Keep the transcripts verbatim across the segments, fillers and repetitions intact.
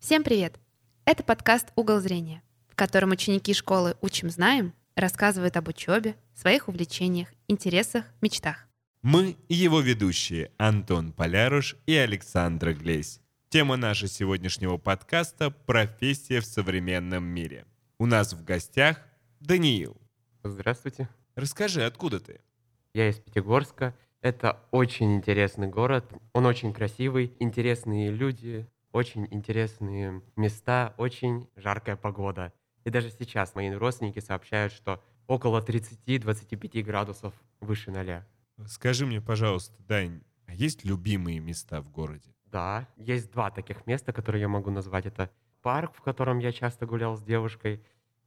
Всем привет! Это подкаст «Угол зрения», в котором ученики школы «Учим, знаем» рассказывают об учебе, своих увлечениях, интересах, мечтах. Мы его ведущие Антон Поляруш и Александра Глесь. Тема нашего сегодняшнего подкаста — профессия в современном мире. У нас в гостях Даниил. Здравствуйте. Расскажи, откуда ты? Я из Пятигорска. Это очень интересный город. Он очень красивый, интересные люди, очень интересные места, очень жаркая погода. И даже сейчас мои родственники сообщают, что около тридцать-двадцать пять градусов выше ноля. Скажи мне, пожалуйста, Дань, а есть любимые места в городе? Да, есть два таких места, которые я могу назвать. Это парк, в котором я часто гулял с девушкой,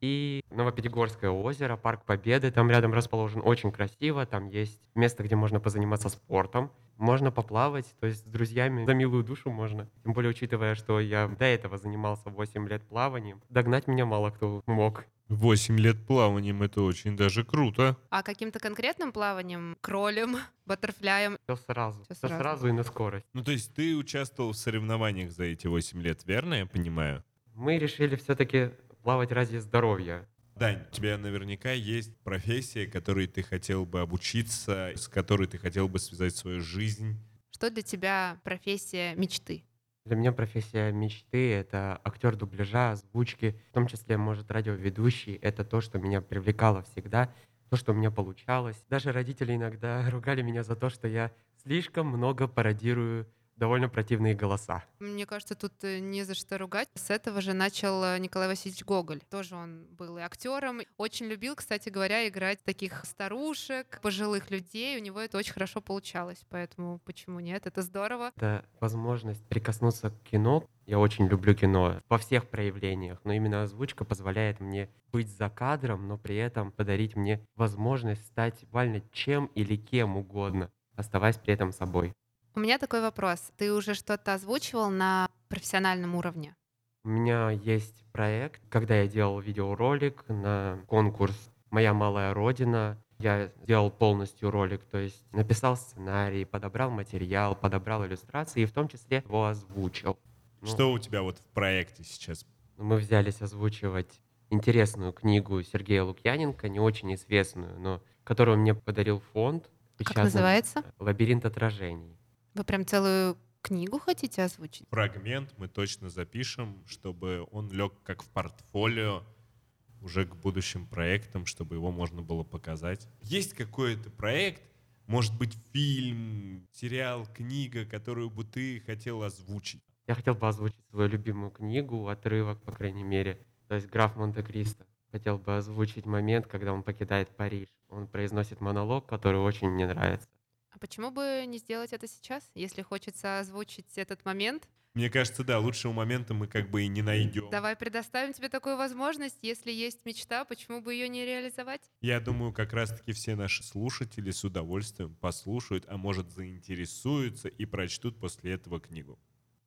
и Новопятигорское озеро, парк Победы. Там рядом расположен, очень красиво. Там есть место, где можно позаниматься спортом, можно поплавать, то есть с друзьями за милую душу можно. Тем более, учитывая, что я до этого занимался восемь лет плаванием, догнать меня мало кто мог. Восемь лет плаванием — это очень даже круто. А каким-то конкретным плаванием, кролем, баттерфляем? Все сразу, Всё все сразу. сразу и на скорость. Ну, то есть ты участвовал в соревнованиях за эти восемь лет, верно я понимаю? Мы решили все-таки плавать ради здоровья. Дань, у тебя наверняка есть профессия, которой ты хотел бы обучиться, с которой ты хотел бы связать свою жизнь. Что для тебя профессия мечты? Для меня профессия мечты — это актер дубляжа, озвучки, в том числе, может, радиоведущий. Это то, что меня привлекало всегда, то, что у меня получалось. Даже родители иногда ругали меня за то, что я слишком много пародирую довольно противные голоса. Мне кажется, тут э, не за что ругать. С этого же начал э, Николай Васильевич Гоголь. Тоже он был и актером. Очень любил, кстати говоря, играть таких старушек, пожилых людей. У него это очень хорошо получалось. Поэтому почему нет? Это здорово. Это возможность прикоснуться к кино. Я очень люблю кино во всех проявлениях, но именно озвучка позволяет мне быть за кадром, но при этом подарить мне возможность стать буквально чем или кем угодно, оставаясь при этом собой. У меня такой вопрос. Ты уже что-то озвучивал на профессиональном уровне? У меня есть проект, когда я делал видеоролик на конкурс «Моя малая родина». Я сделал полностью ролик, то есть написал сценарий, подобрал материал, подобрал иллюстрации и в том числе его озвучил. Ну, Что у тебя вот в проекте сейчас? мы взялись озвучивать интересную книгу Сергея Лукьяненко, не очень известную, но которую мне подарил фонд. Как печатный, называется? «Лабиринт отражений». Вы прям целую книгу хотите озвучить? Фрагмент мы точно запишем, чтобы он лег как в портфолио уже к будущим проектам, чтобы его можно было показать. Есть какой-то проект, может быть, фильм, сериал, книга, которую бы ты хотел озвучить? Я хотел бы озвучить свою любимую книгу, отрывок, по крайней мере, то есть «Граф Монте-Кристо». Хотел бы озвучить момент, когда он покидает Париж. Он произносит монолог, который очень мне нравится. А почему бы не сделать это сейчас, если хочется озвучить этот момент? Мне кажется, да, лучшего момента мы как бы и не найдем. Давай предоставим тебе такую возможность. Если есть мечта, почему бы ее не реализовать? Я думаю, как раз-таки все наши слушатели с удовольствием послушают, а может, заинтересуются и прочтут после этого книгу.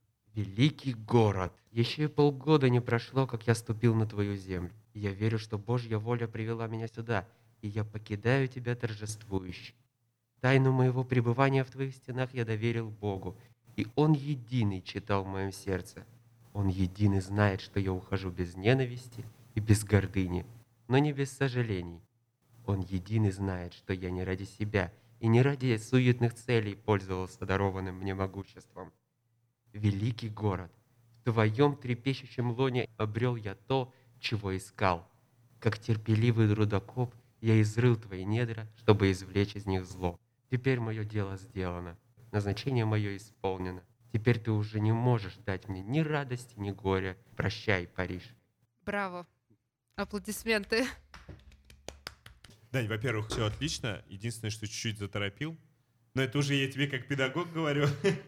Великий город! Еще и полгода не прошло, как я ступил на твою землю. И я верю, что Божья воля привела меня сюда, и я покидаю тебя торжествующий. Тайну моего пребывания в твоих стенах я доверил Богу, и Он единый читал в моем сердце. Он единый знает, что я ухожу без ненависти и без гордыни, но не без сожалений. Он единый знает, что я не ради себя и не ради суетных целей пользовался дарованным мне могуществом. Великий город, в твоем трепещущем лоне обрел я то, чего искал. Как терпеливый рудокоп, я изрыл твои недра, чтобы извлечь из них зло. Теперь мое дело сделано, назначение мое исполнено. Теперь ты уже не можешь дать мне ни радости, ни горя. Прощай, Париж. Браво. Аплодисменты. Дань, во-первых, все отлично. Единственное, что чуть-чуть заторопил. Но это уже я тебе как педагог говорю.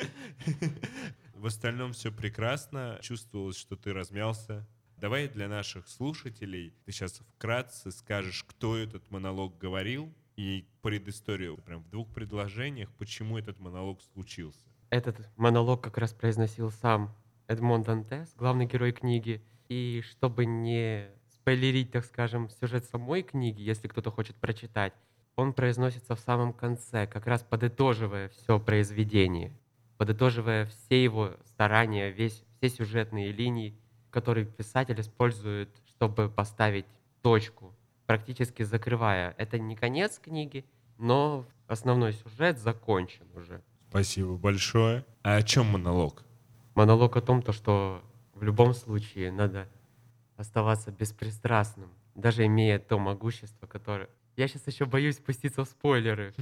В остальном все прекрасно. Чувствовалось, что ты размялся. Давай для наших слушателей ты сейчас вкратце скажешь, кто этот монолог говорил, и предысторию прям в двух предложениях, почему этот монолог случился. Этот монолог как раз произносил сам Эдмон Дантес, главный герой книги. И чтобы не спойлерить, так скажем, сюжет самой книги, если кто-то хочет прочитать, он произносится в самом конце, как раз подытоживая все произведение, подытоживая все его старания, весь все сюжетные линии, которые писатель использует, чтобы поставить точку, практически закрывая. Это не конец книги, но основной сюжет закончен уже. Спасибо большое. А о чем монолог? Монолог о том, то, что в любом случае надо оставаться беспристрастным, даже имея то могущество, которое... Я сейчас еще боюсь спуститься в спойлеры.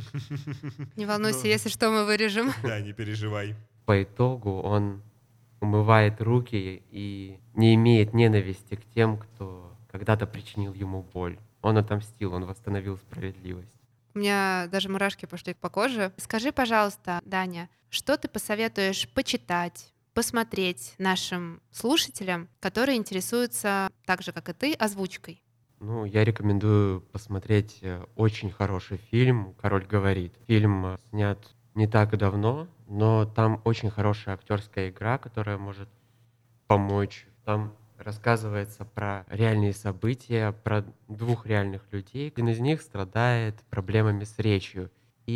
Не волнуйся, Ну. если что, мы вырежем. Да, не переживай. По итогу он умывает руки и не имеет ненависти к тем, кто когда-то причинил ему боль. Он отомстил, он восстановил справедливость. У меня даже мурашки пошли по коже. Скажи, пожалуйста, Даня, что ты посоветуешь почитать, посмотреть нашим слушателям, которые интересуются так же, как и ты, озвучкой? Ну, я рекомендую посмотреть э, очень хороший фильм «Король говорит». Фильм э, снят не так давно, но там очень хорошая актерская игра, которая может помочь. Там рассказывается про реальные события, про двух реальных людей. Один из них страдает проблемами с речью.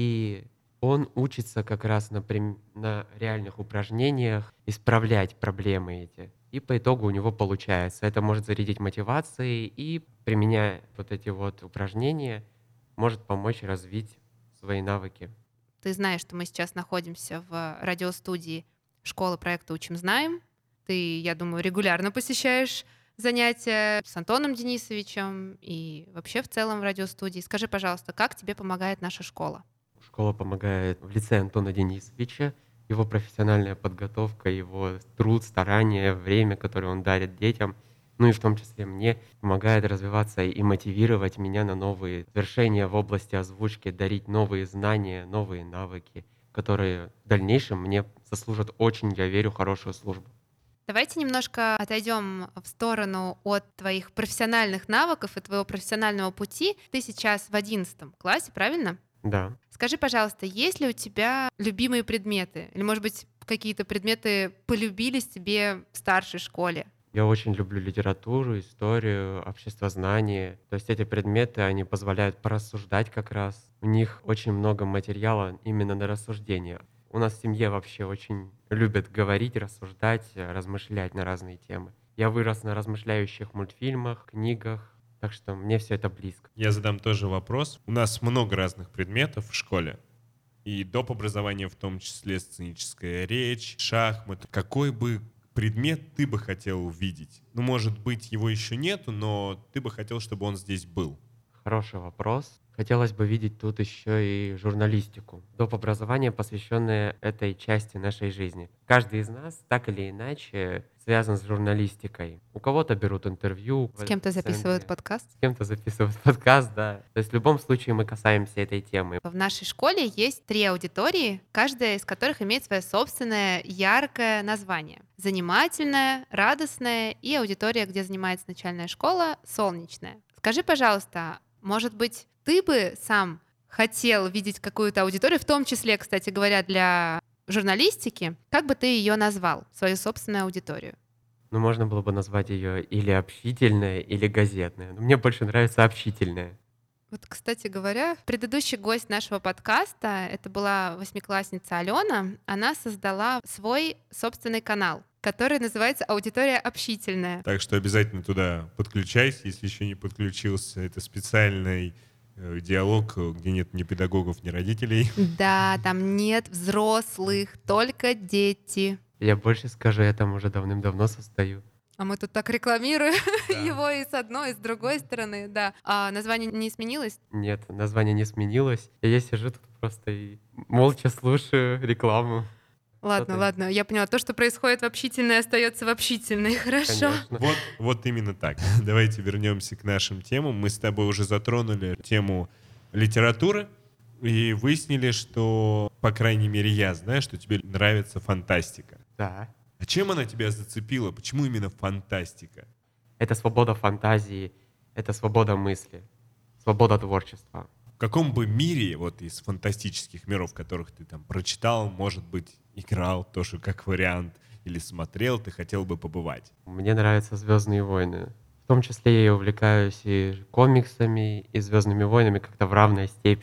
И он учится как раз на, прям- на реальных упражнениях исправлять проблемы эти. И по итогу у него получается. Это может зарядить мотивацией и, применяя вот эти вот упражнения, может помочь развить свои навыки. Ты знаешь, что мы сейчас находимся в радиостудии школы проекта «Учим, знаем». Ты, я думаю, регулярно посещаешь занятия с Антоном Денисовичем и вообще в целом в радиостудии. Скажи, пожалуйста, как тебе помогает наша школа? Школа помогает в лице Антона Денисовича. Его профессиональная подготовка, его труд, старание, время, которое он дарит детям, ну и в том числе мне, помогает развиваться и мотивировать меня на новые свершения в области озвучки, дарить новые знания, новые навыки, которые в дальнейшем мне сослужат очень, я верю, хорошую службу. Давайте немножко отойдем в сторону от твоих профессиональных навыков и твоего профессионального пути. Ты сейчас в одиннадцатом классе, правильно? Да. Скажи, пожалуйста, есть ли у тебя любимые предметы? Или, может быть, какие-то предметы полюбились тебе в старшей школе? Я очень люблю литературу, историю, обществознание. То есть эти предметы, они позволяют порассуждать как раз. У них очень много материала именно на рассуждение. У нас в семье вообще очень любят говорить, рассуждать, размышлять на разные темы. Я вырос на размышляющих мультфильмах, книгах, так что мне все это близко. Я задам тоже вопрос. У нас много разных предметов в школе. И доп. Образование, в том числе сценическая речь, шахматы. Какой бы предмет ты бы хотел увидеть? Ну, может быть, его еще нету, но ты бы хотел, чтобы он здесь был. Хороший вопрос. Хотелось бы видеть тут еще и журналистику. Доп. Образование, посвященное этой части нашей жизни. Каждый из нас так или иначе связан с журналистикой. У кого-то берут интервью. С кем-то в записывают центре, подкаст? С кем-то записывают подкаст, да. То есть в любом случае мы касаемся этой темы. В нашей школе есть три аудитории, каждая из которых имеет свое собственное яркое название. Занимательная, радостная и аудитория, где занимается начальная школа, солнечная. Скажи, пожалуйста, может быть, ты бы сам хотел видеть какую-то аудиторию, в том числе, кстати говоря, для журналистики, как бы ты ее назвал, свою собственную аудиторию? Ну, можно было бы назвать ее или общительная, или газетная. Но мне больше нравится общительная. Вот, кстати говоря, предыдущий гость нашего подкаста, это была восьмиклассница Алена, она создала свой собственный канал, который называется «Аудитория общительная». Так что обязательно туда подключайся, если еще не подключился. Это специальный э, диалог, где нет ни педагогов, ни родителей. Да, там нет взрослых, только дети. Я больше скажу, я там уже давным-давно состою. А мы тут так рекламируем Да. его и с одной, и с другой стороны, да. А название не изменилось? Нет, название не сменилось. И я сижу тут просто и молча слушаю рекламу. Ладно, ты? ладно, я поняла. То, что происходит в общительной, остается в общительной, хорошо. Конечно. Вот, вот именно так. Давайте вернемся к нашим темам. Мы с тобой уже затронули тему литературы и выяснили, что, по крайней мере, я знаю, что тебе нравится фантастика. Да. А чем она тебя зацепила? Почему именно фантастика? Это свобода фантазии, это свобода мысли, свобода творчества. В каком бы мире вот из фантастических миров, которых ты там прочитал, может быть, играл тоже как вариант или смотрел, ты хотел бы побывать? Мне нравятся «Звездные войны». В том числе я и увлекаюсь и комиксами, и «Звездными войнами» как-то в равной степени.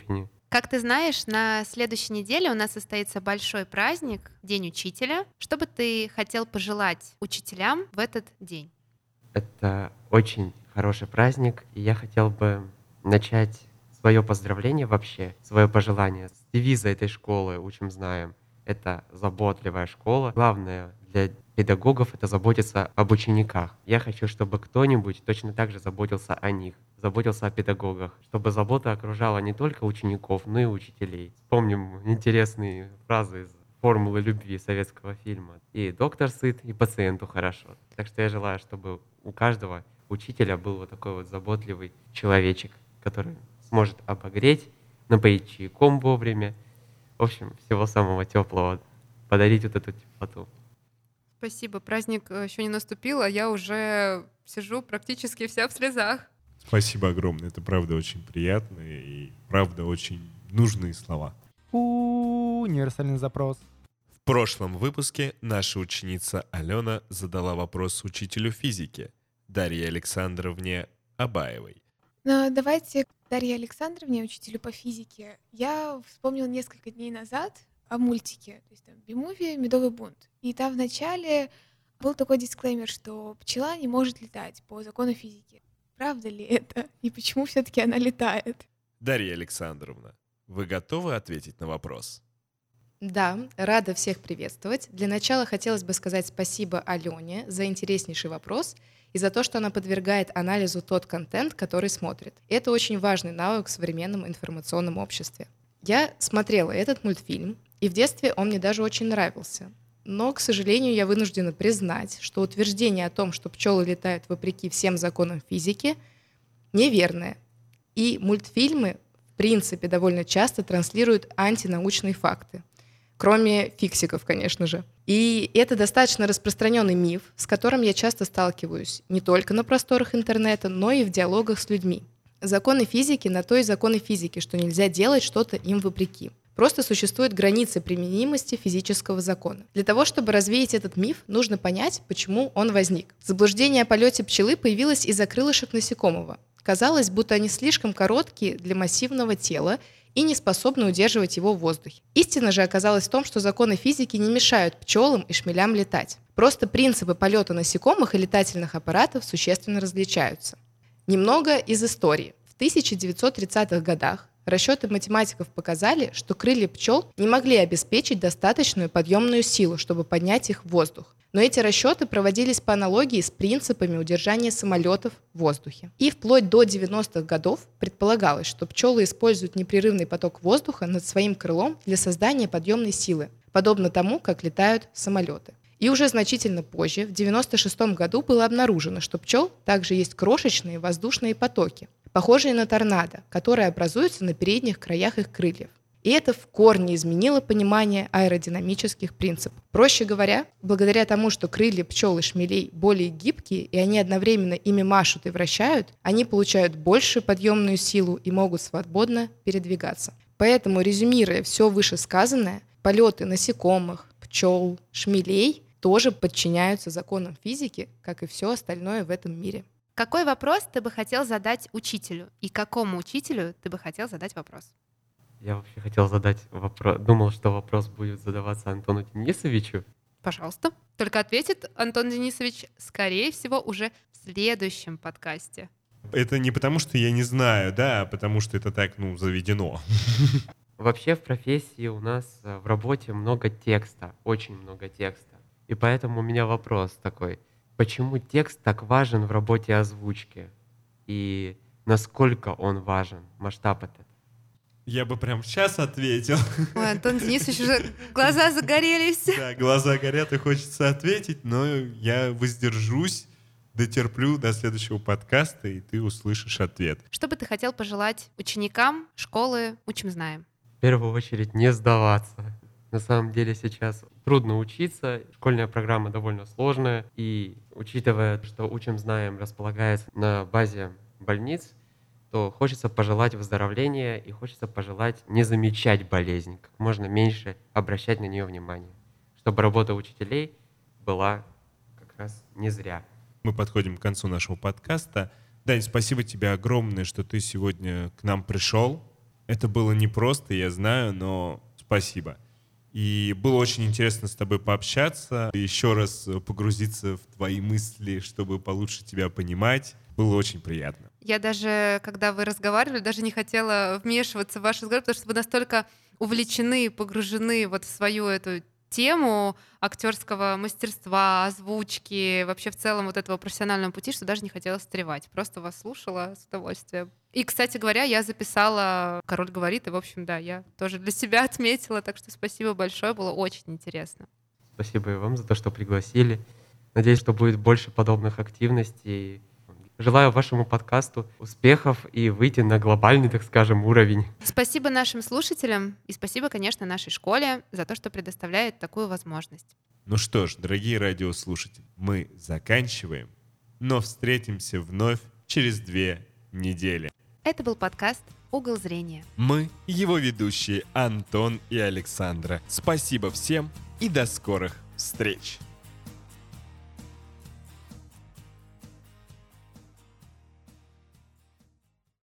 Как ты знаешь, на следующей неделе у нас состоится большой праздник, День учителя. Что бы ты хотел пожелать учителям в этот день? Это очень хороший праздник, и я хотел бы начать свое поздравление вообще, свое пожелание с девиза этой школы «Учим, знаем». Это заботливая школа. Главное для педагогов — это заботиться об учениках. Я хочу, чтобы кто-нибудь точно так же заботился о них, заботился о педагогах, чтобы забота окружала не только учеников, но и учителей. Вспомним интересные фразы из «Формулы любви» советского фильма. И доктор сыт, и пациенту хорошо. Так что я желаю, чтобы у каждого учителя был вот такой вот заботливый человечек, который сможет обогреть, напоить чайком вовремя. В общем, всего самого теплого. Подарить вот эту теплоту. Спасибо. Праздник еще не наступил, а я уже сижу практически вся в слезах. Спасибо огромное. Это правда очень приятно и правда очень нужные слова. Универсальный запрос. В прошлом выпуске наша ученица Алена задала вопрос учителю физики Дарье Александровне Абаевой. Но давайте к Дарье Александровне, учителю по физике. Я вспомнила несколько дней назад о мультике, то есть там Би-муви «Медовый бунт». И там в начале был такой дисклеймер, что пчела не может летать по закону физики. Правда ли это? И почему все-таки она летает? Дарья Александровна, вы готовы ответить на вопрос? Да, рада всех приветствовать. Для начала хотелось бы сказать спасибо Алене за интереснейший вопрос и за то, что она подвергает анализу тот контент, который смотрит. Это очень важный навык в современном информационном обществе. Я смотрела этот мультфильм, и в детстве он мне даже очень нравился. Но, к сожалению, я вынуждена признать, что утверждение о том, что пчелы летают вопреки всем законам физики, неверное. И мультфильмы, в принципе, довольно часто транслируют антинаучные факты. Кроме фиксиков, конечно же. И это достаточно распространенный миф, с которым я часто сталкиваюсь не только на просторах интернета, но и в диалогах с людьми. Законы физики на то и законы физики, что нельзя делать что-то им вопреки. Просто существуют границы применимости физического закона. Для того, чтобы развеять этот миф, нужно понять, почему он возник. Заблуждение о полете пчелы появилось из-за крылышек насекомого. Казалось, будто они слишком короткие для массивного тела и не способны удерживать его в воздухе. Истина же оказалась в том, что законы физики не мешают пчелам и шмелям летать. Просто принципы полета насекомых и летательных аппаратов существенно различаются. Немного из истории. В тысяча девятьсот тридцатых годах расчеты математиков показали, что крылья пчел не могли обеспечить достаточную подъемную силу, чтобы поднять их в воздух. Но эти расчеты проводились по аналогии с принципами удержания самолетов в воздухе. И вплоть до девяностых годов предполагалось, что пчелы используют непрерывный поток воздуха над своим крылом для создания подъемной силы, подобно тому, как летают самолеты. И уже значительно позже, в девяносто шестом году, было обнаружено, что пчел также есть крошечные воздушные потоки, похожие на торнадо, которые образуются на передних краях их крыльев. И это в корне изменило понимание аэродинамических принципов. Проще говоря, благодаря тому, что крылья пчел и шмелей более гибкие, и они одновременно ими машут и вращают, они получают большую подъемную силу и могут свободно передвигаться. Поэтому, резюмируя все вышесказанное, полеты насекомых, пчел, шмелей тоже подчиняются законам физики, как и все остальное в этом мире. Какой вопрос ты бы хотел задать учителю? И какому учителю ты бы хотел задать вопрос? Я вообще хотел задать вопрос. Думал, что вопрос будет задаваться Антону Денисовичу. Пожалуйста. Только ответит Антон Денисович, скорее всего, уже в следующем подкасте. Это не потому, что я не знаю, да, а потому что это так, ну, заведено. Вообще в профессии у нас э, в работе много текста, очень много текста. И поэтому у меня вопрос такой. Почему текст так важен в работе озвучки? И насколько он важен? Масштаб этот? Я бы прям сейчас ответил. Ой, Антон Денисович, уже глаза загорелись. Да, глаза горят и хочется ответить, но я воздержусь, дотерплю до следующего подкаста, и ты услышишь ответ. Что бы ты хотел пожелать ученикам школы «Учим, знаем»? В первую очередь не сдаваться. На самом деле сейчас трудно учиться, школьная программа довольно сложная, и учитывая, что «Учим, знаем» располагается на базе больниц, то хочется пожелать выздоровления и хочется пожелать не замечать болезнь, как можно меньше обращать на нее внимание, чтобы работа учителей была как раз не зря. Мы подходим к концу нашего подкаста. Дань, спасибо тебе огромное, что ты сегодня к нам пришел. Это было непросто, я знаю, но спасибо. И было очень интересно с тобой пообщаться, еще раз погрузиться в твои мысли, чтобы получше тебя понимать. Было очень приятно. Я даже, когда вы разговаривали, даже не хотела вмешиваться в ваш разговор, потому что вы настолько увлечены, погружены вот в свою эту тему актерского мастерства, озвучки, вообще в целом вот этого профессионального пути, что даже не хотела встревать. Просто вас слушала с удовольствием. И, кстати говоря, я записала «Король говорит», и, в общем, да, я тоже для себя отметила, так что спасибо большое, было очень интересно. Спасибо и вам за то, что пригласили. Надеюсь, что будет больше подобных активностей. Желаю вашему подкасту успехов и выйти на глобальный, так скажем, уровень. Спасибо нашим слушателям и спасибо, конечно, нашей школе за то, что предоставляет такую возможность. Ну что ж, дорогие радиослушатели, мы заканчиваем, но встретимся вновь через две недели. Это был подкаст «Угол зрения». Мы его ведущие Антон и Александра. Спасибо всем и до скорых встреч!